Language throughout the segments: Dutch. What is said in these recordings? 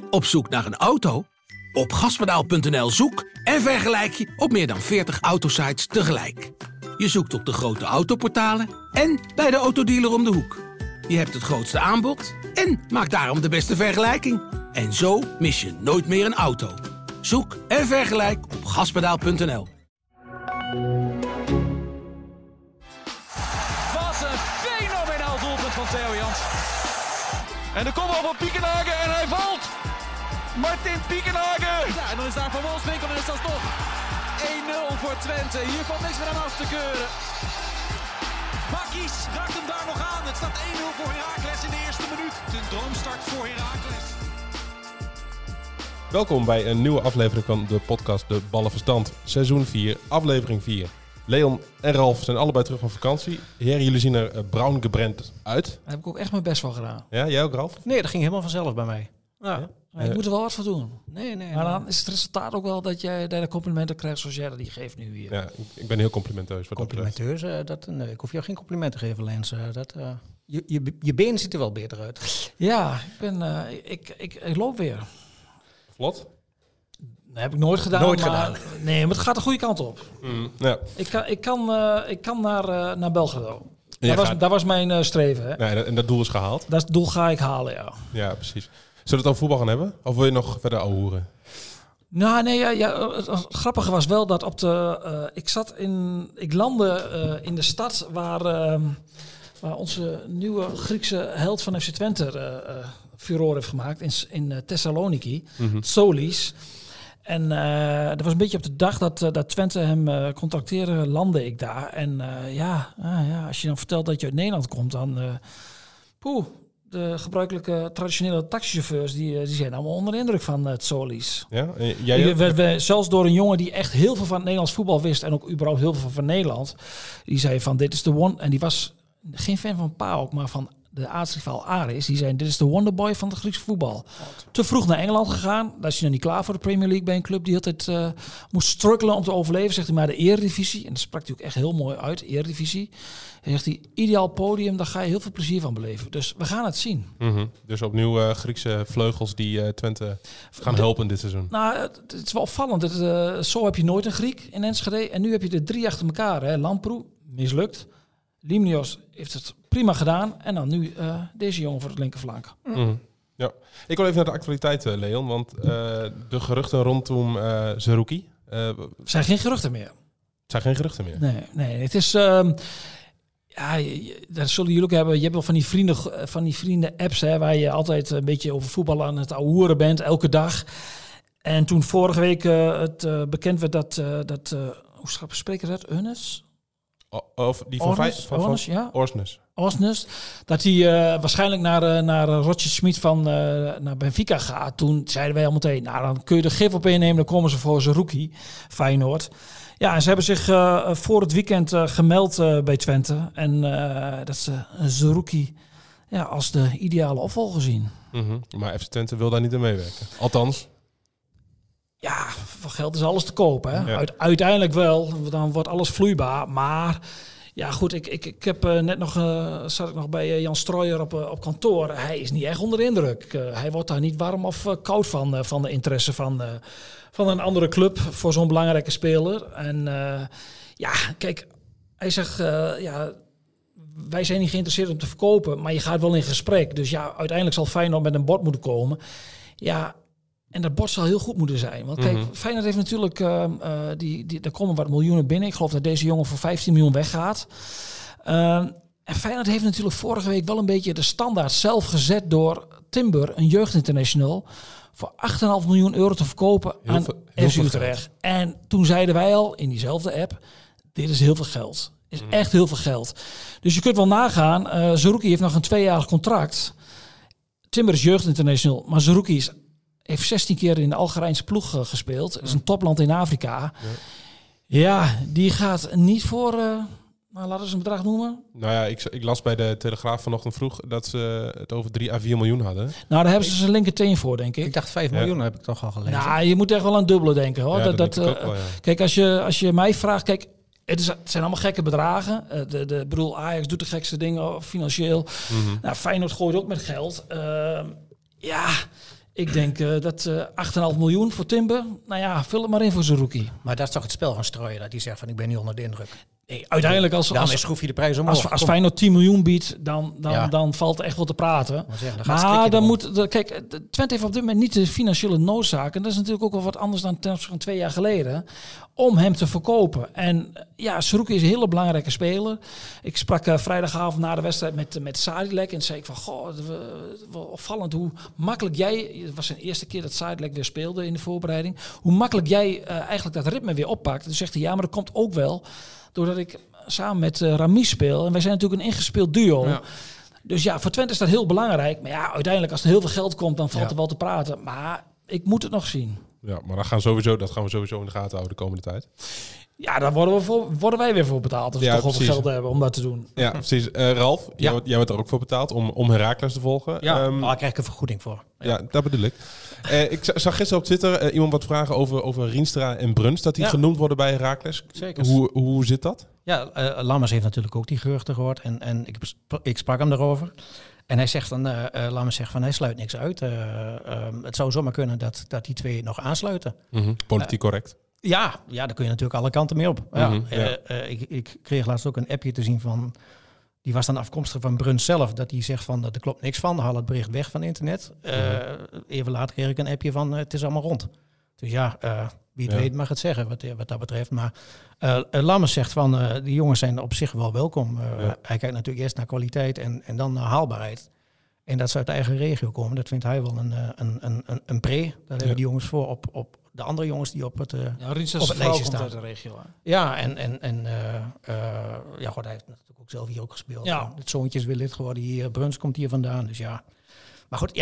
Op zoek naar een auto? Op gaspedaal.nl zoek en vergelijk je op meer dan 40 autosites tegelijk. Je zoekt op de grote autoportalen en bij de autodealer om de hoek. Je hebt het grootste aanbod en maakt daarom de beste vergelijking. En zo mis je nooit meer een auto. Zoek en vergelijk op gaspedaal.nl. Wat een fenomenaal doelpunt van Theo Jans. En de kopbal van Piekenhagen en hij valt. Martin Piekenhagen. Ja, en dan is daar Van Wolfswinkel en is dat toch 1-0 voor Twente. Hier valt niks meer aan af te keuren. Bakkies raakt hem daar nog aan. Het staat 1-0 voor Heracles in de eerste minuut. Een droomstart voor Heracles. Welkom bij een nieuwe aflevering van de podcast De Ballenverstand. Seizoen 4, aflevering 4. Leon en Ralf zijn allebei terug van vakantie. Heren, jullie zien er bruin gebrand uit. Daar heb ik ook echt mijn best van gedaan. Ja, jij ook, Ralf? Nee, dat ging helemaal vanzelf bij mij. Ja. Ik moet er wel wat voor doen. Nee. Maar dan is het resultaat ook wel dat jij de complimenten krijgt zoals jij dat die geeft nu hier. Ja, ik ben heel complimenteus. Wat dat betreft. Complimenteus, nee, ik hoef jou geen complimenten te geven, Lens. Je been ziet er wel beter uit. Ja, ik loop weer. Vlot? Dat heb ik nooit gedaan. Nee, maar het gaat de goede kant op. Ja. Ik kan naar Belgrado. Ja, Dat was mijn streven. Hè? Ja, en dat doel is gehaald? Dat doel ga ik halen, ja. Ja, precies. Zullen we het over voetbal gaan hebben? Of wil je nog verder ouwehoeren? Nou, nee, het grappige was wel dat ik landde in de stad waar onze nieuwe Griekse held van FC Twente furore heeft gemaakt, in Thessaloniki, Solis. En dat was een beetje op de dag dat Twente hem contracteerde, landde ik daar. En als je dan vertelt dat je uit Nederland komt, dan de gebruikelijke traditionele taxichauffeurs die zijn allemaal onder de indruk van het Solis. Ja? Jij zelfs door een jongen die echt heel veel van het Nederlands voetbal wist en ook überhaupt heel veel van Nederland. Die zei van dit is de one. En die was geen fan van PAOK, maar van de aartsrivaal Aris. Die zei dit is de wonderboy van het Griekse voetbal. Te vroeg naar Engeland gegaan. Daar is hij nog niet klaar voor de Premier League bij een club die altijd moest struggelen om te overleven. Zegt hij maar de Eredivisie. En dat sprak hij ook echt heel mooi uit, Eredivisie. Hij zegt hij, ideaal podium, daar ga je heel veel plezier van beleven. Dus we gaan het zien. Dus opnieuw Griekse vleugels die Twente gaan helpen dit seizoen. Nou, het is wel opvallend. Zo heb je nooit een Griek in Enschede. En nu heb je er 3 achter elkaar. Hè. Lamproe, mislukt. Limnios heeft het prima gedaan. En dan nu deze jongen voor het linkerflank. Ja. Ik wil even naar de actualiteit, Leon. Want de geruchten rondom Zerouki... zijn geen geruchten meer. Het zijn geen geruchten meer. Nee. Het is... dat zullen jullie ook hebben. Je hebt wel van die vrienden apps, hè, waar je altijd een beetje over voetbal aan het ouwehoeren bent, elke dag. En toen vorige week het bekend werd dat hoe spreken ze dat? Earnest? Of die van Orsnes. Dat hij waarschijnlijk naar Roger Schmid naar Benfica gaat. Toen zeiden wij al meteen, nou dan kun je de gif op innemen, dan komen ze voor zijn rookie, Feyenoord. Ja, en ze hebben zich voor het weekend gemeld bij Twente. En dat ze Zerouki als de ideale opvolger zien. Maar FC Twente wil daar niet aan meewerken. Althans. Ja, voor geld is alles te koop. Hè? Ja. Uiteindelijk wel, dan wordt alles vloeibaar. Maar ja, goed, ik heb net nog zat ik nog bij Jan Strooijer op kantoor. Hij is niet echt onder de indruk. Hij wordt daar niet warm of koud van de interesse van een andere club voor zo'n belangrijke speler. En kijk, hij zegt, wij zijn niet geïnteresseerd om te verkopen, maar je gaat wel in gesprek. Dus ja, uiteindelijk zal Feyenoord met een bod moeten komen. Ja. En dat bod zal heel goed moeten zijn. Want kijk, Feyenoord heeft natuurlijk... er komen wat miljoenen binnen. Ik geloof dat deze jongen voor 15 miljoen weggaat. En Feyenoord heeft natuurlijk vorige week wel een beetje de standaard zelf gezet door Timber, een jeugdinternational, voor 8,5 miljoen euro te verkopen aan FC Utrecht. En toen zeiden wij al in diezelfde app, dit is heel veel geld. Is echt heel veel geld. Dus je kunt wel nagaan. Zerouki heeft nog een 2-jarig contract. Timber is jeugdinternational, maar Zerouki heeft 16 keer in de Algerijnse ploeg gespeeld. Het is een topland in Afrika. Ja, die gaat niet voor... laten we eens een bedrag noemen. Nou ja, ik las bij de Telegraaf vanochtend vroeg dat ze het over 3 à 4 miljoen hadden. Nou, daar hebben ze zijn linkerteen voor, denk ik. Ik dacht 5 miljoen heb ik toch al gelezen. Nou, je moet echt wel aan dubbele denken, hoor. Ja, dat denk ik ook wel, ja. Kijk, als je mij vraagt... Kijk, het zijn allemaal gekke bedragen. Bedoel, Ajax doet de gekste dingen financieel. Nou, Feyenoord gooit ook met geld. Ik denk dat 8,5 miljoen voor Timber. Nou ja, vul het maar in voor zijn rookie. Maar dat is toch het spel van Strooijen, dat hij zegt van ik ben niet onder de indruk. Nee, uiteindelijk Daarmee schroef je de prijs omhoog. als Feyenoord 10 miljoen biedt, dan valt er echt wel te praten. Maar dan moet... Kijk, Twente heeft op dit moment niet de financiële noodzaak. En dat is natuurlijk ook wel wat anders dan van 2 jaar geleden. Om hem te verkopen. En ja, Saruki is een hele belangrijke speler. Ik sprak vrijdagavond na de wedstrijd met Sadilek. En zei ik van, goh, wel opvallend hoe makkelijk jij... Het was zijn eerste keer dat Sadilek weer speelde in de voorbereiding. Hoe makkelijk jij eigenlijk dat ritme weer oppakt. Toen zegt hij, ja, maar dat komt ook wel... doordat ik samen met Rami speel. En wij zijn natuurlijk een ingespeeld duo. Ja. Dus ja, voor Twente is dat heel belangrijk. Maar ja, uiteindelijk als er heel veel geld komt, dan valt er wel te praten. Maar ik moet het nog zien. Ja, maar dat gaan we sowieso in de gaten houden de komende tijd. Ja, daar worden wij weer voor betaald. Als we toch veel geld hebben om dat te doen. Ja, precies. Ralf, jij wordt er ook voor betaald om Heracles te volgen. Ja, daar krijg ik een vergoeding voor. Ja, dat bedoel ik. Ik zag gisteren op Twitter iemand wat vragen over Rienstra en Bruns. Dat die genoemd worden bij Heracles. Zeker. Hoe zit dat? Ja, Lammers heeft natuurlijk ook die geruchten gehoord. En ik sprak hem daarover. En hij zegt dan, Lammers zegt van hij sluit niks uit. Het zou zomaar kunnen dat die twee nog aansluiten. Mm-hmm. Politiek correct. Ja, daar kun je natuurlijk alle kanten mee op. Mm-hmm, ik kreeg laatst ook een appje te zien van... Die was dan afkomstig van Bruns zelf. Dat hij zegt van, er klopt niks van. Haal het bericht weg van internet. Even later kreeg ik een appje van, het is allemaal rond. Dus wie het weet mag het zeggen wat dat betreft. Maar Lammers zegt van, die jongens zijn op zich wel welkom. Hij kijkt natuurlijk eerst naar kwaliteit en dan naar haalbaarheid. En dat ze uit de eigen regio komen, dat vindt hij wel een pre. Daar hebben die jongens voor op de andere jongens die op het lijstje staan. Uit de regio. Hè? Ja, hij heeft natuurlijk ook zelf hier ook gespeeld. Ja. Het zoontje is weer lid geworden hier. Bruns komt hier vandaan, dus ja. Maar goed,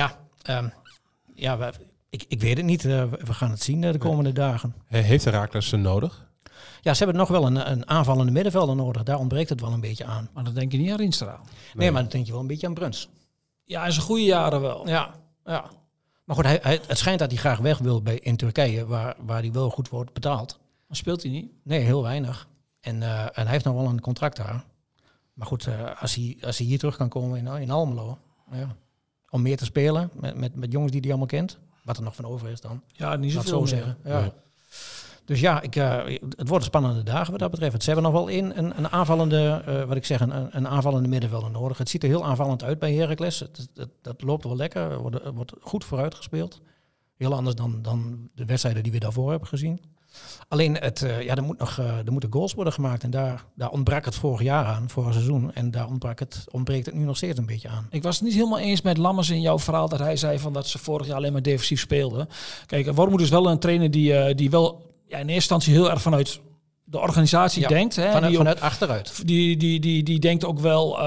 ik weet het niet. We gaan het zien de komende dagen. Heeft Heracles ze nodig? Ja, ze hebben nog wel een aanvallende middenvelder nodig. Daar ontbreekt het wel een beetje aan. Maar dan denk je niet aan Rienstra. Nee, maar dan denk je wel een beetje aan Bruns. Ja, in zijn goede jaren wel. Ja. Maar goed, het schijnt dat hij graag weg wil in Turkije, waar hij wel goed wordt betaald. Maar speelt hij niet? Nee, heel weinig. En hij heeft nog wel een contract daar. Maar goed, als hij hier terug kan komen in Almelo, om meer te spelen met jongens die hij allemaal kent, wat er nog van over is dan. Ja, niet zoveel meer. Zeggen. Ja. Dus ja, het wordt spannende dagen wat dat betreft. Ze hebben nog wel een aanvallende, een aanvallende middenvelder nodig. Het ziet er heel aanvallend uit bij Heracles. Dat loopt wel lekker, er wordt goed vooruit gespeeld. Heel anders dan de wedstrijden die we daarvoor hebben gezien. Alleen, er moeten goals worden gemaakt. En daar ontbrak het vorig seizoen. En daar ontbreekt het nu nog steeds een beetje aan. Ik was het niet helemaal eens met Lammers in jouw verhaal dat hij zei van dat ze vorig jaar alleen maar defensief speelden. Kijk, Wormoed is wel een trainer die wel in eerste instantie heel erg vanuit de organisatie denkt. Hè, vanuit achteruit. Die denkt ook wel...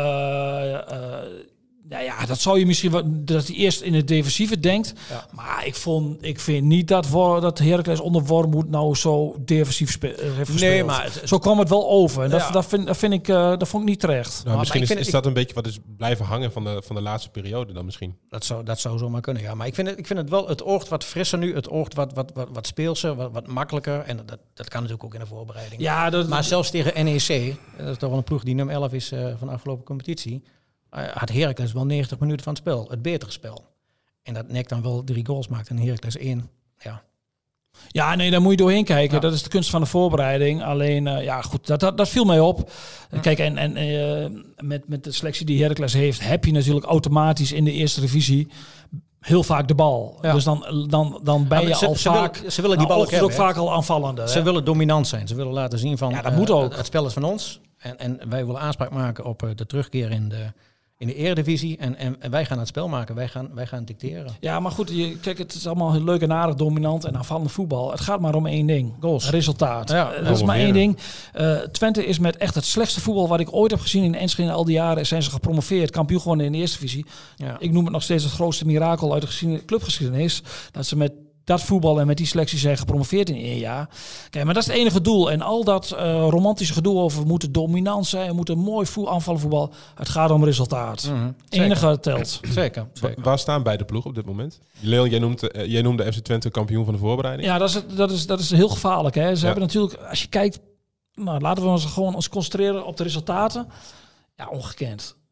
dat zou je misschien dat hij eerst in het defensieve denkt. Ja. Maar ik vind niet dat Heracles onder Wormoed nou zo defensief heeft gespeeld. Nee, maar zo kwam het wel over. En dat vond ik niet terecht. Nou, misschien is dat een beetje wat is blijven hangen van de laatste periode dan misschien. Dat zou zomaar kunnen, ja. Maar ik vind het wel, het oogt wat frisser nu. Het oogt wat speelser, wat makkelijker. En dat kan natuurlijk ook in de voorbereiding. Ja, maar zelfs tegen NEC, dat is toch wel een ploeg die nummer 11 is van de afgelopen competitie, had Heracles wel 90 minuten van het spel. Het betere spel. En dat NEC dan wel 3 goals maakt en Heracles 1. Ja, nee, daar moet je doorheen kijken. Ja. Dat is de kunst van de voorbereiding. Alleen, goed, dat viel mij op. Ja. Kijk, en met de selectie die Heracles heeft, heb je natuurlijk automatisch in de eerste divisie heel vaak de bal. Ja. Dus dan ben je al vaak... Ze willen die bal ook hebben. Vaak al aanvallende. Ze willen dominant zijn. Ze willen laten zien van... Ja, dat moet ook. Het spel is van ons. En wij willen aanspraak maken op de terugkeer in de Eredivisie. En wij gaan het spel maken. Wij gaan dicteren. Ja, maar goed, kijk, het is allemaal heel leuk en aardig, dominant en aanvallend voetbal. Het gaat maar om één ding. Goals. Resultaat. Ja, dat is maar één ding. Twente is met echt het slechtste voetbal wat ik ooit heb gezien in Enschede. Al die jaren zijn ze gepromoveerd, kampioen gewonnen in de eerste divisie. Ja. Ik noem het nog steeds het grootste mirakel uit de clubgeschiedenis. Dat ze met dat voetbal en met die selectie zijn gepromoveerd in 1 jaar. Kijk, maar dat is het enige doel. En al dat romantische gedoe over we moeten dominant zijn, we moeten mooi aanvallen voetbal. Het gaat om resultaat. Mm-hmm. Enige telt. Zeker. Waar staan beide ploegen op dit moment? Leon, jij noemde FC Twente kampioen van de voorbereiding. Ja, dat is heel gevaarlijk. Hè? Ze hebben natuurlijk, als je kijkt, laten we ons concentreren op de resultaten. Ja, ongekend.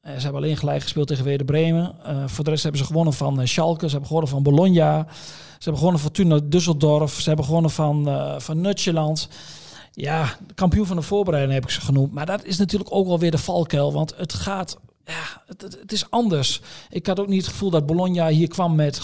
Ze hebben alleen gelijk gespeeld tegen Werder Bremen. Voor de rest hebben ze gewonnen van Schalke. Ze hebben gewonnen van Bologna. Ze hebben gewonnen van Fortuna Düsseldorf. Ze hebben gewonnen van Nutjeland. Ja, de kampioen van de voorbereiding heb ik ze genoemd. Maar dat is natuurlijk ook wel weer de valkuil. Want het gaat... Ja, het is anders. Ik had ook niet het gevoel dat Bologna hier kwam met...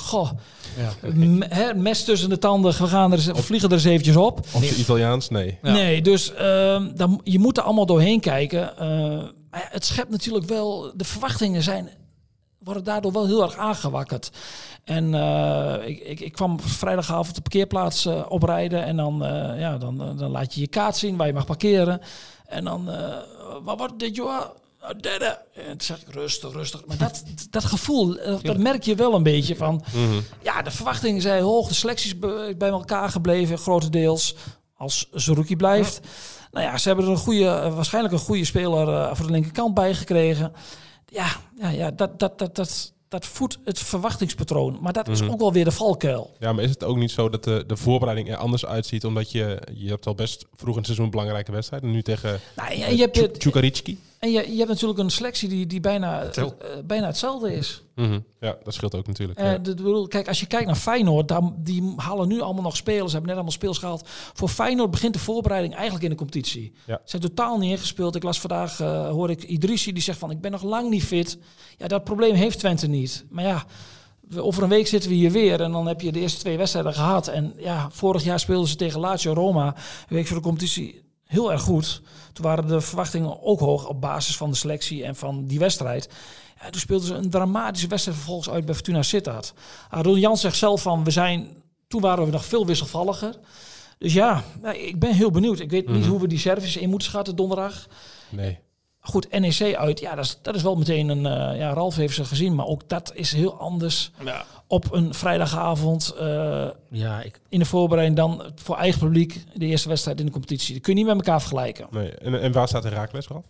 mes tussen de tanden. We vliegen er eens eventjes op. Of de Italiaans? Nee. Ja. Nee, dus je moet er allemaal doorheen kijken. Maar het schept natuurlijk wel... De verwachtingen worden daardoor wel heel erg aangewakkerd. En ik kwam vrijdagavond de parkeerplaats oprijden. En dan laat je je kaart zien waar je mag parkeren. En dan... wat wordt dit, joh? Derde. En toen zeg ik rustig. Maar dat gevoel, dat merk je wel een beetje van... Ja, de verwachtingen zijn hoog. De selectie is bij elkaar gebleven, grotendeels. Als Zerouki blijft. Nou ja, ze hebben er waarschijnlijk een goede speler voor de linkerkant bij gekregen. Ja, dat voedt het verwachtingspatroon. Maar dat is ook wel weer de valkuil. Ja, maar is het ook niet zo dat de voorbereiding er anders uitziet? Omdat je hebt al best vroeg in het seizoen een belangrijke wedstrijd. En nu tegen Čukarički. En je hebt natuurlijk een selectie die bijna hetzelfde is. Ja, dat scheelt ook natuurlijk. Kijk, als je kijkt naar Feyenoord, die halen nu allemaal nog spelers. Ze hebben net allemaal speels gehaald. Voor Feyenoord begint de voorbereiding eigenlijk in de competitie. Ja. Ze zijn totaal niet ingespeeld. Ik las vandaag, hoor ik Idrissi, die zegt van, ik ben nog lang niet fit. Ja, dat probleem heeft Twente niet. Maar ja, over een week zitten we hier weer. En dan heb je de eerste 2 wedstrijden gehad. En ja, vorig jaar speelden ze tegen Lazio Roma. Een week voor de competitie heel erg goed. Toen waren de verwachtingen ook hoog op basis van de selectie en van die wedstrijd. Ja, toen speelden ze een dramatische wedstrijd vervolgens uit bij Fortuna Sittard. Ron Jans zegt zelf van, toen waren we nog veel wisselvalliger. Dus ja, ik ben heel benieuwd. Ik weet niet hoe we die service in moeten schatten donderdag. Nee. Goed, NEC uit, ja, dat is wel meteen een... Ralf heeft ze gezien, maar ook dat is heel anders op een vrijdagavond in de voorbereiding dan voor eigen publiek de eerste wedstrijd in de competitie. Dat kun je niet met elkaar vergelijken. Nee. En waar staat Heracles, Ralf?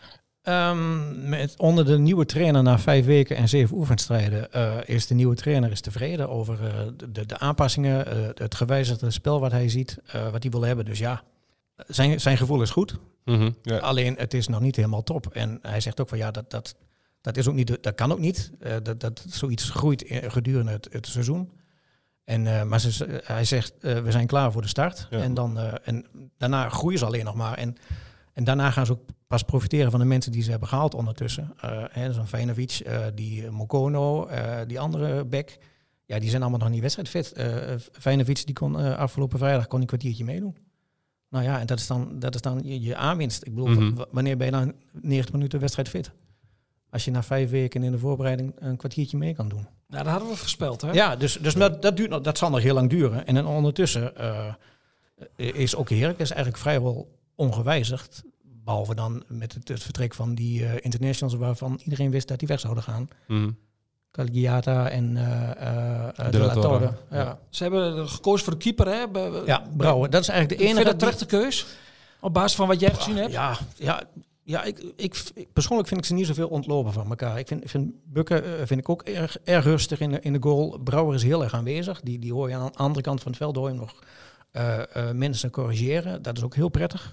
Onder de nieuwe trainer na 5 weken en 7 oefenstrijden is de nieuwe trainer tevreden over de aanpassingen, het gewijzigde spel wat hij ziet, wat hij wil hebben. Dus ja, zijn gevoel is goed. Alleen het is nog niet helemaal top. En hij zegt ook van dat is ook niet, dat kan ook niet. Dat zoiets groeit gedurende het seizoen. Maar hij zegt we zijn klaar voor de start. Ja. En daarna groeien ze alleen nog maar. En daarna gaan ze ook pas profiteren van de mensen die ze hebben gehaald ondertussen. Zo'n Vejnovic, die Mokono, die andere back. Ja, die zijn allemaal nog niet wedstrijdfit. Vejnovic die kon afgelopen vrijdag een kwartiertje meedoen. Nou ja, en dat is dan je aanwinst. Ik bedoel, wanneer ben je dan 90 minuten wedstrijd fit? Als je na 5 weken in de voorbereiding een kwartiertje mee kan doen. Nou, dat hadden we voorspeld, hè? Ja, dus dat zal nog heel lang duren. En dan ondertussen is ook Heracles eigenlijk vrijwel ongewijzigd. Behalve dan met het vertrek van die internationals waarvan iedereen wist dat die weg zouden gaan. Cagliata en De La Torre. Ja. Ze hebben gekozen voor de keeper, hè? Brouwer. Dat is eigenlijk de enige... Vind je dat terechte keus? Op basis van wat jij gezien hebt? Ja, ik persoonlijk vind ik ze niet zoveel ontlopen van elkaar. Ik vind Bukke vind ik ook erg rustig in de goal. Brouwer is heel erg aanwezig. Die hoor je aan de andere kant van het veld, hoor je nog mensen corrigeren. Dat is ook heel prettig.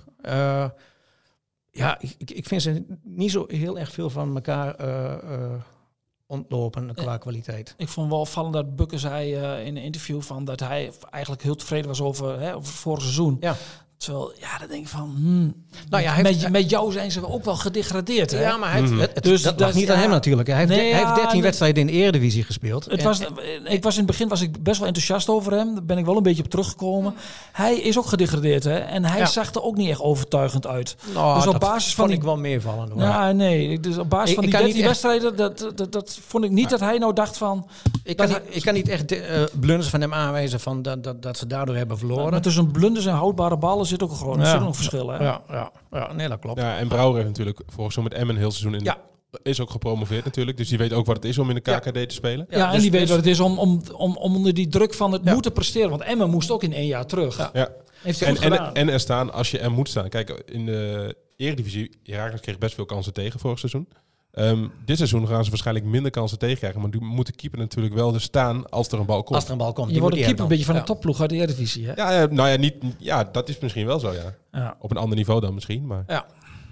Ik vind ze niet zo heel erg veel van elkaar ontlopen qua kwaliteit. Ik vond wel opvallend dat Bukke zei in een interview van dat hij eigenlijk heel tevreden was over het vorige seizoen. Ja. Terwijl, dan denk ik van... met jou zijn ze ook wel gedegradeerd. Hè? Ja, maar dat lag niet aan hem natuurlijk. Hij heeft 13 wedstrijden in de Eredivisie gespeeld. In het begin was ik best wel enthousiast over hem. Daar ben ik wel een beetje op teruggekomen. Hij is ook gedegradeerd. Hè? En hij zag er ook niet echt overtuigend uit. Dus op basis van ik wel meevallen. Hoor. Ja, nee. Dus op basis van die 13 wedstrijden... Dat vond ik niet dat hij nou dacht van... Ik kan niet echt blunders van hem aanwijzen van dat ze daardoor hebben verloren. Maar tussen blunders en houdbare ballen zit ook gewoon een verschil. Hè? Ja, nee, dat klopt. Ja, en Brouwer heeft natuurlijk vorig seizoen met Emmen een heel seizoen is ook gepromoveerd natuurlijk. Dus die weet ook wat het is om in de KKD te spelen. Ja, en die weet wat het is om onder die druk van het moeten presteren. Want Emmen moest ook in 1 jaar terug. Ja. En er staan, als je er moet staan. Kijk, in de Eredivisie, Heracles kreeg best veel kansen tegen vorig seizoen. Dit seizoen gaan ze waarschijnlijk minder kansen tegenkrijgen. Maar die moet de keeper natuurlijk wel dus staan als er een bal komt. Je wordt een keeper een beetje van de topploeg uit de Eredivisie. Hè? Dat is misschien wel zo, ja. Op een ander niveau dan misschien. Maar...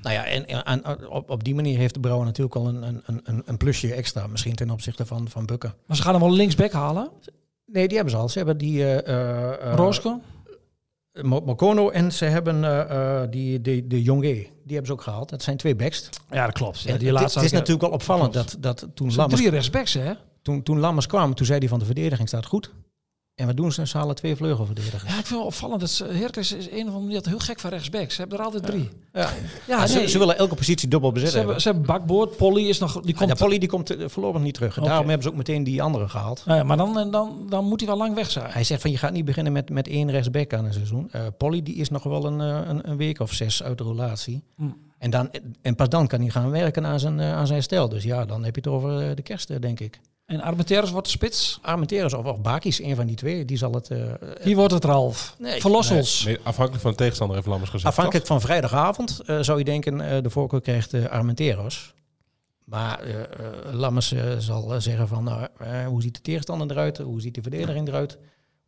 Nou ja, en op die manier heeft de Brouwer natuurlijk al een plusje extra. Misschien ten opzichte van Bukken. Maar ze gaan hem wel linksback halen. Nee, die hebben ze al. Ze hebben die... Roosko? Mokono en ze hebben de Jonge. Die hebben ze ook gehaald. Dat zijn 2 backs. Ja, dat klopt. Ja, En die laatste het is natuurlijk wel opvallend dat toen Lammers... 3 rechtsbacks, hè? Toen Lammers kwam, toen zei hij van de verdediging staat goed. En wat doen ze? Ze halen 2 vleugelverdedigers. Ja, ik vind het opvallend. Dat Heracles is een of andere manier heel gek van rechtsbacks. Ze hebben er altijd 3. Ja, ze willen elke positie dubbel bezetten. Ze hebben bakboord. Polly is nog... Polly die komt voorlopig niet terug. Okay. Daarom hebben ze ook meteen die andere gehaald. Ja, maar dan moet hij wel lang weg zijn. Hij zegt van je gaat niet beginnen met 1 rechtsback aan een seizoen. Polly die is nog wel een week of 6 uit de relatie. En pas dan kan hij gaan werken aan zijn stijl. Dus ja, dan heb je het over de kerst, denk ik. En Armenteros wordt de spits? Armenteros of Bakis, een van die 2. Die zal het... Hier wordt het Ralf. Nee, Verlossels. Nee, afhankelijk van de tegenstander heeft Lammers gezegd. Afhankelijk van vrijdagavond zou je denken de voorkeur krijgt Armenteros. Maar Lammers zal zeggen van hoe ziet de tegenstander eruit? Hoe ziet de verdediging eruit?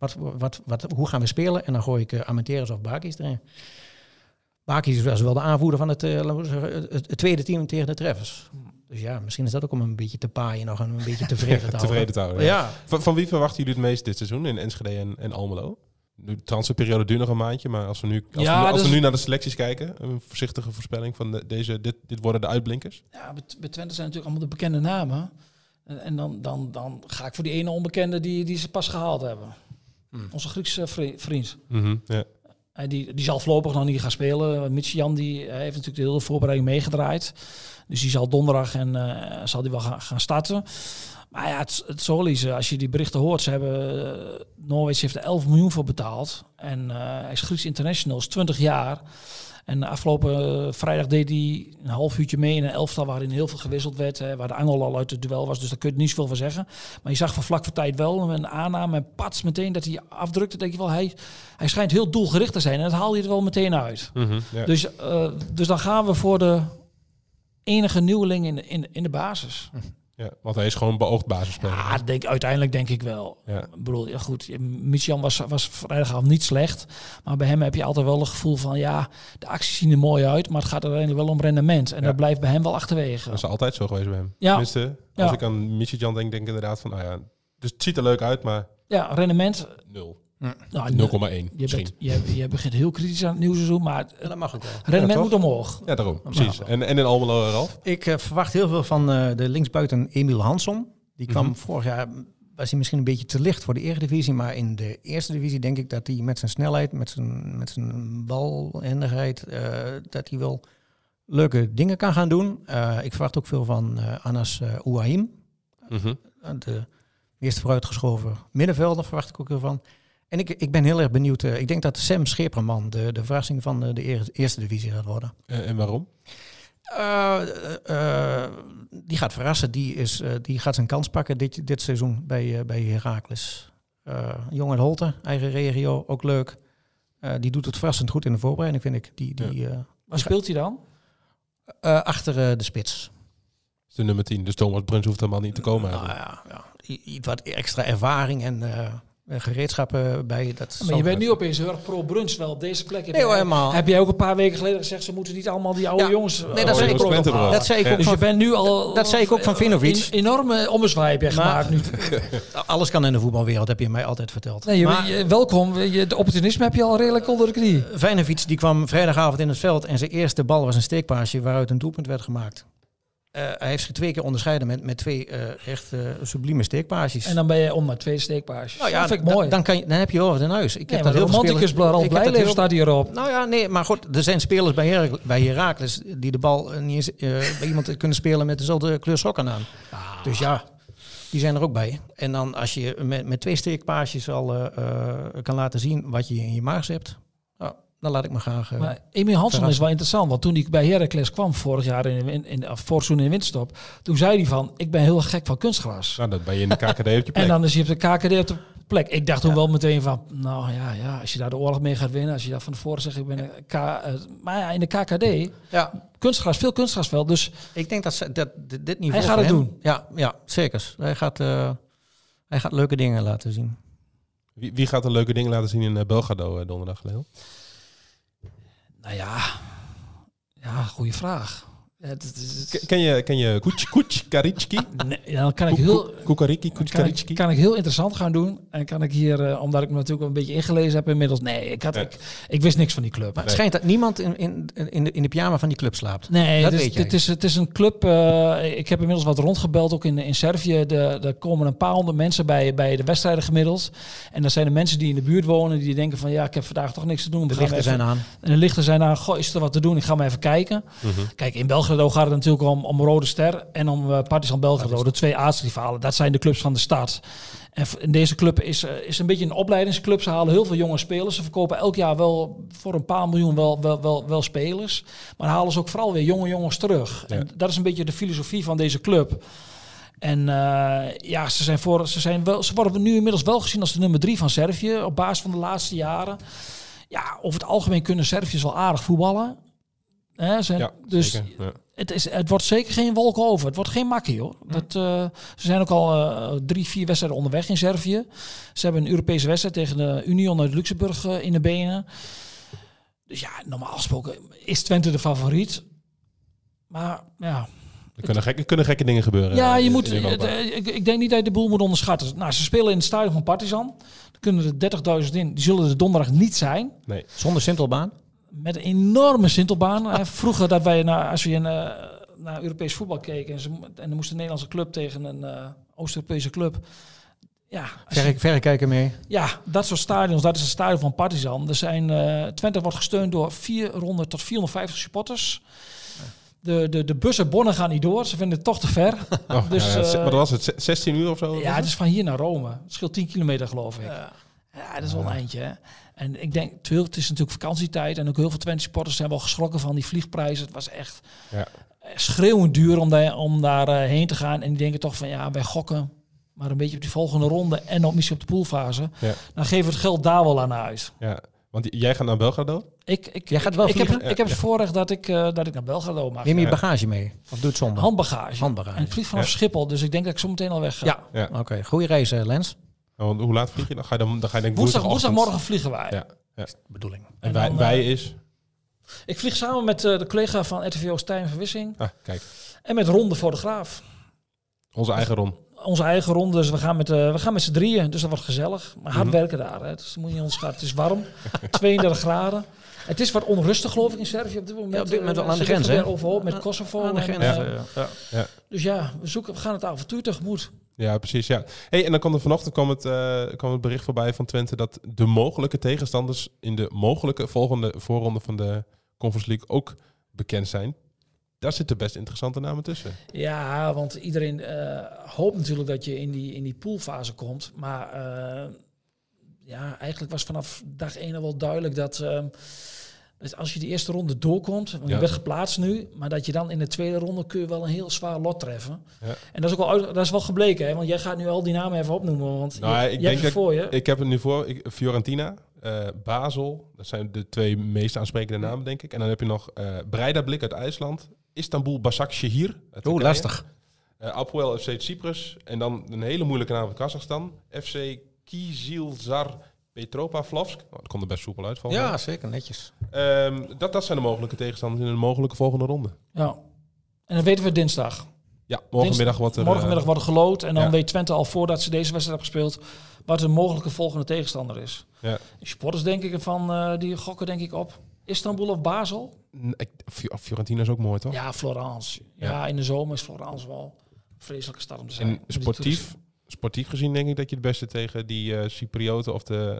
Hoe gaan we spelen? En dan gooi ik Armenteros of Bakis erin. Bakis was wel de aanvoerder van het tweede team tegen de treffers. Dus ja, misschien is dat ook om een beetje te paaien nog en een beetje tevreden te houden. Ja. Van wie verwachten jullie het meest dit seizoen in Enschede en Almelo? De transferperiode duurt nog een maandje, maar als we nu naar de selecties kijken, een voorzichtige voorspelling van dit worden de uitblinkers. Ja, bij Twente zijn natuurlijk allemaal de bekende namen. En dan ga ik voor die ene onbekende die ze pas gehaald hebben. Onze Griekse vriend. Ja. Die zal voorlopig nog niet gaan spelen. Mitch-Jan die heeft natuurlijk de hele voorbereiding meegedraaid. Dus die zal donderdag zal die wel gaan starten. Maar ja, het zal is, als je die berichten hoort, Noorwegen heeft er 11 miljoen voor betaald. En hij is Grieks international, is 20 jaar. En afgelopen vrijdag deed hij een half uurtje mee in een elftal waarin heel veel gewisseld werd. Waar de Angel al uit het duel was, dus daar kun je niet zoveel van zeggen. Maar je zag van vlak voor tijd wel een aanname en pats meteen dat hij afdrukte. Denk je wel, hij schijnt heel doelgericht te zijn en dat haal je er wel meteen uit. Ja. Dus dan gaan we voor de enige nieuweling in de basis. Ja, want hij is gewoon beoogd basisspeler. Ja, uiteindelijk denk ik wel. Ja. Ik bedoel, ja goed, Michian was vrijdagavond niet slecht. Maar bij hem heb je altijd wel het gevoel van... ja, de acties zien er mooi uit, maar het gaat uiteindelijk wel om rendement. En dat blijft bij hem wel achterwege. Dat is altijd zo geweest bij hem. Ja. Tenminste, als ik aan Michian denk ik inderdaad van... dus het ziet er leuk uit, maar... Ja, rendement... 0. Nou, 0,1 misschien. Je begint heel kritisch aan het nieuwe seizoen, maar dat mag ook wel. Rendement moet omhoog. Ja, daarom. Precies. En in Almelo, Ralf? Ik verwacht heel veel van de linksbuiten Emiel Hansson. Die kwam vorig jaar, was hij misschien een beetje te licht voor de Eredivisie, maar in de eerste divisie denk ik dat hij met zijn snelheid, met zijn balhandigheid, dat hij wel leuke dingen kan gaan doen. Ik verwacht ook veel van Anas Ouahim. De eerste vooruitgeschoven middenvelder verwacht ik ook heel van. En ik ben heel erg benieuwd. Ik denk dat Sam Scheperman de verrassing van de eerste divisie gaat worden. En waarom? Die gaat verrassen. Die gaat zijn kans pakken dit seizoen bij Heracles. Jong en Holte, eigen regio, ook leuk. Die doet het verrassend goed in de voorbereiding, vind ik. Waar speelt hij dan? Achter de spits. De nummer 10. Dus Thomas Bruns hoeft helemaal niet te komen. Ja. Iets wat extra ervaring en gereedschappen bij. Maar je bent nu opeens heel erg pro-Bruns wel op deze plek. Helemaal. Heb jij ook een paar weken geleden gezegd, ze moeten niet allemaal die oude jongens... Nee, dat zei ik ook. Dat zei ik ook. Dus je bent nu al... Dat zei ik ook van Vinovic. Enorme ommezwaai heb je gemaakt nu. Alles kan in de voetbalwereld, heb je mij altijd verteld. Nee, welkom. De opportunisme heb je al redelijk onder de knie. Vinovic die kwam vrijdagavond in het veld en zijn eerste bal was een steekpaasje waaruit een doelpunt werd gemaakt. Hij heeft zich 2 keer onderscheiden met 2 echt sublieme steekpaasjes. En dan ben je om naar 2 steekpaasjes. Nou ja, dat vind ik mooi. Dan heb je wel wat in huis. Ik heb dat heel romanticus Blijleven staat hierop. Nou ja, nee, maar goed, er zijn spelers bij Heracles die de bal niet eens bij iemand kunnen spelen met dezelfde kleur sokken aan. Dus ja, die zijn er ook bij. En dan als je met 2 steekpaasjes al kan laten zien wat je in je maag hebt. Dan laat ik me graag... Maar Emiel Hansson is wel interessant. Want toen hij bij Heracles kwam vorig jaar vorig seizoen in de winterstop, toen zei hij van, ik ben heel gek van kunstgras. Nou, dat ben je in de KKD op je plek. En dan is hij op de KKD op de plek. Ik dacht toen wel meteen van, nou ja, als je daar de oorlog mee gaat winnen, als je dat van tevoren zegt, ik ben maar ja, in de KKD, kunstgras, veel kunstgras wel. Dus ik denk dat dit niveau hij gaat het doen. Ja, zeker. Hij gaat leuke dingen laten zien. Wie gaat er leuke dingen laten zien in Belgrado donderdag, Leo? Nou ja, Ja, goede vraag. Ja, Ken je Kukaritski? Nee, ja, dan kan ik heel... Kukaritski? Kan ik heel interessant gaan doen. En kan ik hier, omdat ik me natuurlijk wel een beetje ingelezen heb inmiddels. Nee, ik wist niks van die club. Maar het schijnt dat niemand in de pyjama van die club slaapt. Nee, dat dus weet jij. Het is een club. Ik heb inmiddels wat rondgebeld, ook in Servië. Er komen een paar honderd mensen bij de wedstrijden gemiddeld. En dan zijn er mensen die in de buurt wonen. Die denken van, ja, ik heb vandaag toch niks te doen. De lichten zijn aan. En de lichten zijn aan. Goh, is er wat te doen? Ik ga maar even kijken. Kijk, in Belgrado gaat het natuurlijk om Rode Ster en om Partizan Belgrado. De 2 aardsrivalen. Dat zijn de clubs van de stad. En deze club is een beetje een opleidingsclub. Ze halen heel veel jonge spelers. Ze verkopen elk jaar wel voor een paar miljoen wel spelers. Maar halen ze ook vooral weer jonge jongens terug. Ja. En dat is een beetje de filosofie van deze club. En ze worden nu inmiddels wel gezien als de nummer 3 van Servië. Op basis van de laatste jaren. Ja, over het algemeen kunnen Serviërs wel aardig voetballen. Dus ja. Het wordt zeker geen wolk over. Het wordt geen makkie, hoor. Ze zijn ook al 3-4 wedstrijden onderweg in Servië. Ze hebben een Europese wedstrijd tegen de Union uit Luxemburg in de benen. Dus ja, normaal gesproken is Twente de favoriet. Maar ja... Er kunnen gekke dingen gebeuren. Ja, ik denk niet dat je de boel moet onderschatten. Nou, ze spelen in het stadion van Partizan. Er kunnen er 30.000 in. Die zullen er donderdag niet zijn. Nee. Zonder Sintelbaan? Met een enorme Sintelbaan. Vroeger dat wij als je naar Europees voetbal keken en er moest een Nederlandse club tegen een Oost-Europese club. Ja, verrekijker mee. Ja, dat soort stadions. Dat is het stadion van Partizan. Twente wordt gesteund door 400 tot 450 supporters. De bussen Bonnen gaan niet door. Ze vinden het toch te ver. Wat was het? 16 uur of zo? Ja, het is van hier naar Rome. Het scheelt 10 kilometer, geloof ik. Ja, dat is wel een eindje, hè. En ik denk, het is natuurlijk vakantietijd. En ook heel veel Twente supporters zijn wel geschrokken van die vliegprijzen. Het was echt schreeuwend duur om daar heen te gaan. En die denken toch van, ja, wij gokken maar een beetje op die volgende ronde. En ook misschien op de poolfase. Ja. Dan geven we het geld daar wel aan uit. Ja, want jij gaat naar Belgrado? Jij gaat wel vliegen? Ik heb het voorrecht dat ik naar Belgrado mag. Neem je bagage mee? Of doe het zonder? Handbagage. En ik vlieg vanaf Schiphol. Dus ik denk dat ik zo meteen al weg ga. Ja. Oké. Goeie reis, Lens. Hoe laat vlieg je? Dan ga je denk woensdagmorgen vliegen wij. Ja. De bedoeling. En wij is? Ik vlieg samen met de collega van RTVO Stijn van Wissing. Kijk. En met Ron de fotograaf. Onze eigen Ron. Onze eigen Ron. Dus we gaan met z'n drieën. Dus dat wordt gezellig. Maar hard werken daar. Hè. Dus dat moet je niet onderschatten. Het is warm. 32 graden. Het is wat onrustig, geloof ik, in Servië op dit moment. Ja, op dit moment wel aan de grens, hè? Overhoop met Kosovo. Aan de grens. Dus ja, we gaan het avontuur tegemoet. Ja, precies. Ja. Hey, en dan kwam er vanochtend kwam het bericht voorbij van Twente dat de mogelijke tegenstanders in de mogelijke volgende voorronde van de Conference League ook bekend zijn. Daar zitten best interessante namen tussen. Ja, want iedereen hoopt natuurlijk dat je in die poolfase komt. Maar eigenlijk was vanaf dag 1 al wel duidelijk dat als je de eerste ronde doorkomt, want je bent geplaatst nu, maar dat je dan in de tweede ronde kun je wel een heel zwaar lot treffen. Ja. En dat is wel gebleken, hè? Want jij gaat nu al die namen even opnoemen, want ik heb het nu voor. Fiorentina, Basel, dat zijn de 2 meest aansprekende namen, denk ik. En dan heb je nog Breidablik uit IJsland, Istanbul Başakşehir. Lastig. Apoel FC Cyprus en dan een hele moeilijke naam van Kazachstan, FC Kizilzar Petropavlovsk. Dat kon er best soepel uitvallen. Ja, zeker, netjes. Dat zijn de mogelijke tegenstanders in een mogelijke volgende ronde. Ja, en dan weten we dinsdag. Ja, morgenmiddag wordt er geloot. En dan weet Twente al voordat ze deze wedstrijd hebben gespeeld wat een mogelijke volgende tegenstander is. Ja. Supporters denk ik die gokken denk ik op Istanbul of Basel. Fiorentina is ook mooi, toch? Ja, Florence. Ja, in de zomer is Florence wel een vreselijke stad om te zijn. En sportief gezien denk ik dat je het beste tegen die Cyprioten of de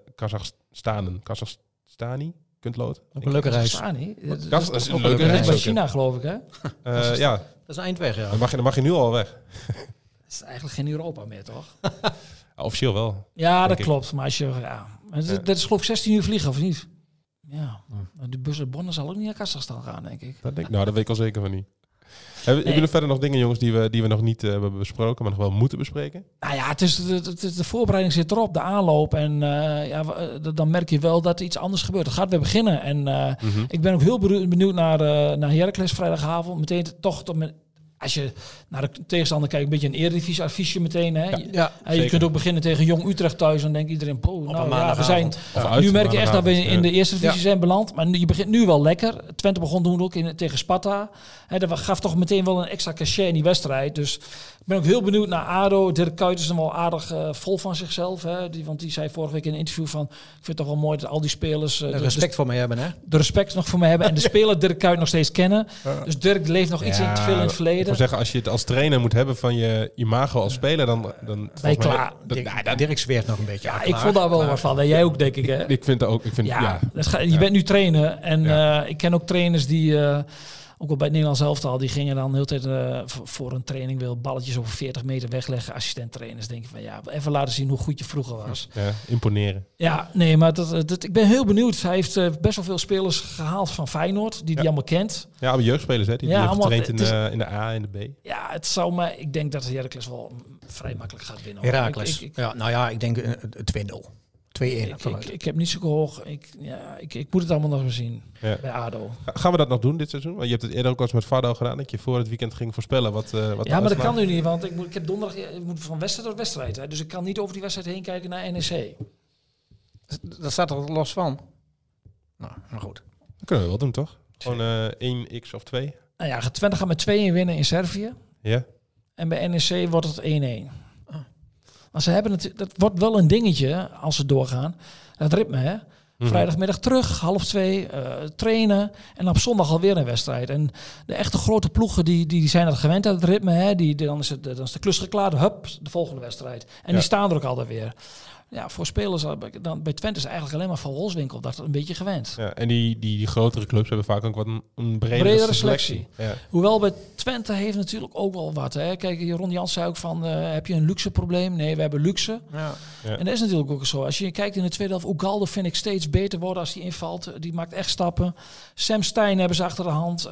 Kazachstani kunt loten. Ook een leuke reis. Dat is een leuke reis. Bij China, geloof ik, hè? Ja. Dat is een eindweg, ja. Dan mag je nu al weg. Dat is eigenlijk geen Europa meer, toch? Officieel wel. Ja, dat klopt. Maar als je... Dat is geloof ik 16 uur vliegen, of niet? Ja. De bus uit Bonn zal ook niet naar Kazachstan gaan, denk ik. Dat weet ik al zeker van niet. Hebben jullie verder nog dingen, jongens, die we nog niet hebben besproken, maar nog wel moeten bespreken? Nou ja, de voorbereiding zit erop, de aanloop. En dan merk je wel dat er iets anders gebeurt. Het gaat weer beginnen. En ik ben ook heel benieuwd naar Heracles vrijdagavond. Meteen toch als je naar de tegenstander kijkt, een beetje een eredivisie affiche meteen. Hè? Ja, Je kunt ook beginnen tegen Jong Utrecht thuis. Dan denkt iedereen, we zijn... Nu merk je echt dat we in de eerste divisie Ja. zijn beland. Maar je begint nu wel lekker. Twente begon toen ook tegen Sparta. Dat gaf toch meteen wel een extra cachet in die wedstrijd. Dus ik ben ook heel benieuwd naar ADO. Dirk Kuyt is dan wel aardig vol van zichzelf. Hè? Want die zei vorige week in een interview van... Ik vind het toch wel mooi dat al die spelers... respect voor mij hebben, hè? De respect nog voor mij hebben. En de speler Dirk Kuyt nog steeds kennen. Dus Dirk leeft nog iets te veel in het verleden. Ik wil zeggen, als je het als trainer moet hebben van je imago als speler, dan ben je klaar. Dirk zweert nog een beetje. Ja, ik vond daar wel wat van. En jij ook, denk ik, hè? Ik vind het ook. Je bent nu trainer. En ik ken ook trainers die... ook wel bij het Nederlands elftal, die gingen dan de hele tijd voor een training wil balletjes over 40 meter wegleggen. Assistent-trainers denken van even laten zien hoe goed je vroeger was. Ja, imponeren. Ja, nee, maar ik ben heel benieuwd. Hij heeft best wel veel spelers gehaald van Feyenoord, die allemaal kent. Ja, allemaal jeugdspelers, hè? Die hebben getraind in de A en de B. Ja, het zou maar. Ik denk dat Heracles wel vrij makkelijk gaat winnen. Heracles. Ik denk 2-0. 2-1. Ik heb niet zo hoog. Ik moet het allemaal nog eens zien bij ADO. Gaan we dat nog doen dit seizoen? Want je hebt het eerder ook al eens met Vardo gedaan. Dat je voor het weekend ging voorspellen. Wat maar dat kan nu niet. Want ik heb donderdag van wedstrijd tot wedstrijd. Hè, dus ik kan niet over die wedstrijd heen kijken naar NEC. Dat staat er los van. Nou, maar goed. Dat kunnen we wel doen, toch? Gewoon 1x of 2. Nou ja, Twente gaat met 2-1 winnen in Servië. Ja. En bij NEC wordt het 1-1. Maar ze hebben het, dat wordt wel een dingetje als ze doorgaan. Dat ritme, hè? Vrijdagmiddag terug, 1:30, trainen. En op zondag alweer een wedstrijd. En de echte grote ploegen die zijn dat gewend aan het ritme. Hè? Dan is de klus geklaard, hup, de volgende wedstrijd. En die staan er ook altijd weer. Ja, voor spelers dan bij Twente is eigenlijk alleen maar Van Wolfswinkel dat een beetje gewend. Ja, en die grotere clubs hebben vaak ook wat een bredere selectie. Ja. Hoewel bij Twente heeft natuurlijk ook wel wat. Hè. Kijk, Ron Jans zei ook van, heb je een luxe probleem? Nee, we hebben luxe. Ja. En dat is natuurlijk ook zo. Als je kijkt in de tweede helft, Ugalde vind ik steeds beter worden als hij invalt. Die maakt echt stappen. Sam Stein hebben ze achter de hand.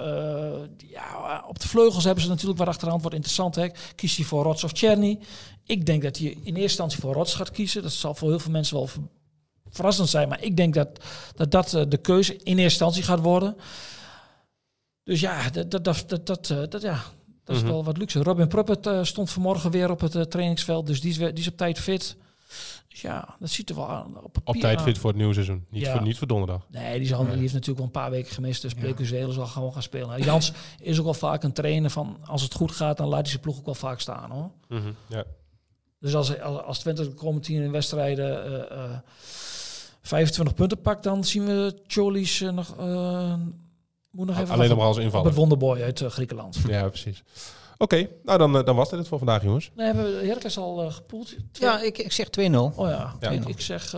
Op de vleugels hebben ze natuurlijk wat achter de hand. Wordt interessant, hè. Kies hij voor Rots of Tjerny? Ik denk dat hij in eerste instantie voor Rots gaat kiezen. Dat zal voor heel veel mensen wel verrassend zijn. Maar ik denk dat de keuze in eerste instantie gaat worden. Dus ja, dat is wel wat luxe. Robin Pruppert stond vanmorgen weer op het trainingsveld. Dus die is op tijd fit. Dus ja, dat ziet er wel aan. Op tijd fit voor het nieuwe seizoen. Niet voor donderdag. Nee, die heeft natuurlijk wel een paar weken gemist. Dus Plecuseele zal gewoon gaan spelen. Nou, Jans is ook wel vaak een trainer van... als het goed gaat, dan laat hij zijn ploeg ook wel vaak staan, hoor. Ja. Dus als Twente de komende 10 wedstrijden 25 punten pakt... dan zien we Cholis moet nog even alleen nog maar als invaller. Op het wonderboy uit Griekenland. Ja, precies. Oké, nou dan was dit het voor vandaag, jongens. Nee, hebben we Heracles al gepoeld? Ja, ik zeg 2-0. Oh ja, ik zeg 3-0.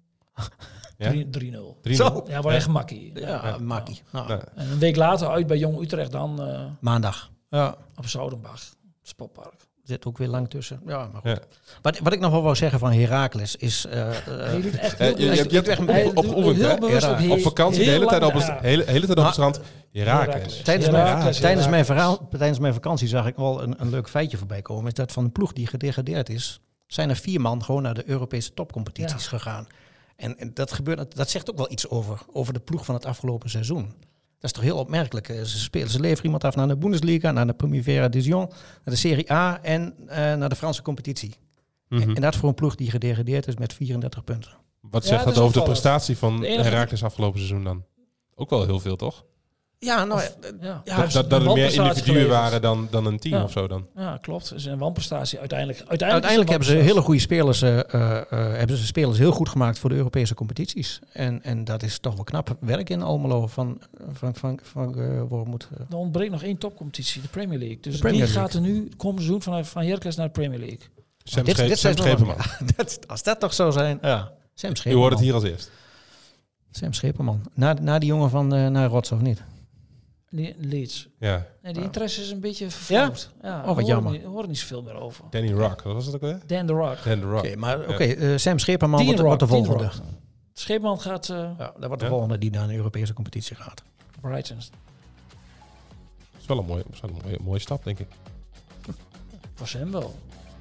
Zo. Ja, wel echt makkie. Ja, makkie. Nou. En een week later uit bij Jong Utrecht dan... maandag. Ja. Op Zoudenbach, Sportpark. Zit ook weer lang tussen. Ja, maar goed. Ja. Wat ik nog wel wou zeggen van Heracles is... je hebt echt opgeoefend, hè? Op vakantie, de hele tijd op het strand. Heracles. Tijdens mijn vakantie zag ik wel een leuk feitje voorbij komen. Is dat van een ploeg die gedegradeerd is... zijn er 4 man gewoon naar de Europese topcompetities gegaan. En dat zegt ook wel iets over de ploeg van het afgelopen seizoen. Dat is toch heel opmerkelijk. Ze leveren iemand af naar de Bundesliga, naar de Primavera Dijon, naar de Serie A en naar de Franse competitie. En dat voor een ploeg die gedegradeerd is met 34 punten. Wat zegt dat over de prestatie van Heracles afgelopen seizoen dan? Ook wel heel veel, toch? Ja, nou dat er meer individuen waren dan een team of zo dan. Ja, klopt. Het is een wanprestatie uiteindelijk. Uiteindelijk hebben ze hele goede spelers, spelers heel goed gemaakt voor de Europese competities. En dat is toch wel knap werk in Almelo van Wormoed. Er ontbreekt nog 1 topcompetitie, de Premier League. Dus wie gaat er nu komend seizoen van Heracles naar de Premier League? Sam Scheperman. Als dat toch zou zijn. Ja. Sam Scheperman. U hoort het hier als eerst. Sam Scheperman. Na die jongen van naar Rots of niet? Leeds. Ja. Nee, die interesse is een beetje vervloerd. Ja, wat jammer. We horen niet zoveel meer over. Danny Rock, wat was het ook weer? Dan the Rock. Sam Scheperman wordt de volgende. Scheperman gaat... dat wordt de volgende die naar de Europese competitie gaat. Brighton. Dat is wel een mooie stap, denk ik. Was hem wel.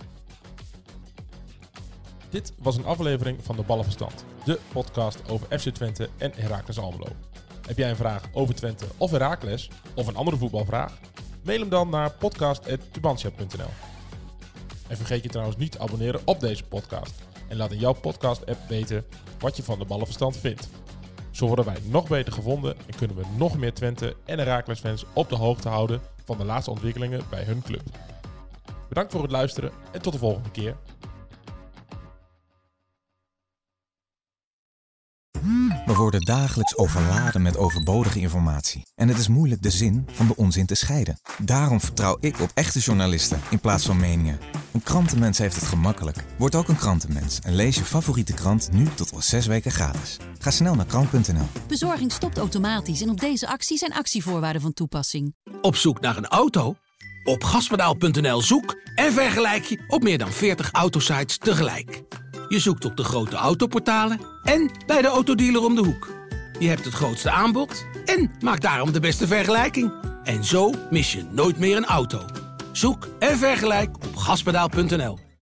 Dit was een aflevering van de Ballenverstand. De podcast over FC Twente en Heracles Almelo. Heb jij een vraag over Twente of Heracles of een andere voetbalvraag? Mail hem dan naar podcast@tubantia.nl. En vergeet je trouwens niet te abonneren op deze podcast. En laat in jouw podcast-app weten wat je van de ballenverstand vindt. Zo worden wij nog beter gevonden en kunnen we nog meer Twente en Heracles-fans op de hoogte houden van de laatste ontwikkelingen bij hun club. Bedankt voor het luisteren en tot de volgende keer. We worden dagelijks overladen met overbodige informatie. En het is moeilijk de zin van de onzin te scheiden. Daarom vertrouw ik op echte journalisten in plaats van meningen. Een krantenmens heeft het gemakkelijk. Word ook een krantenmens en lees je favoriete krant nu tot wel 6 weken gratis. Ga snel naar krant.nl. Bezorging stopt automatisch en op deze actie zijn actievoorwaarden van toepassing. Op zoek naar een auto? Op gaspedaal.nl zoek en vergelijk je op meer dan 40 autosites tegelijk. Je zoekt op de grote autoportalen en bij de autodealer om de hoek. Je hebt het grootste aanbod en maakt daarom de beste vergelijking. En zo mis je nooit meer een auto. Zoek en vergelijk op gaspedaal.nl.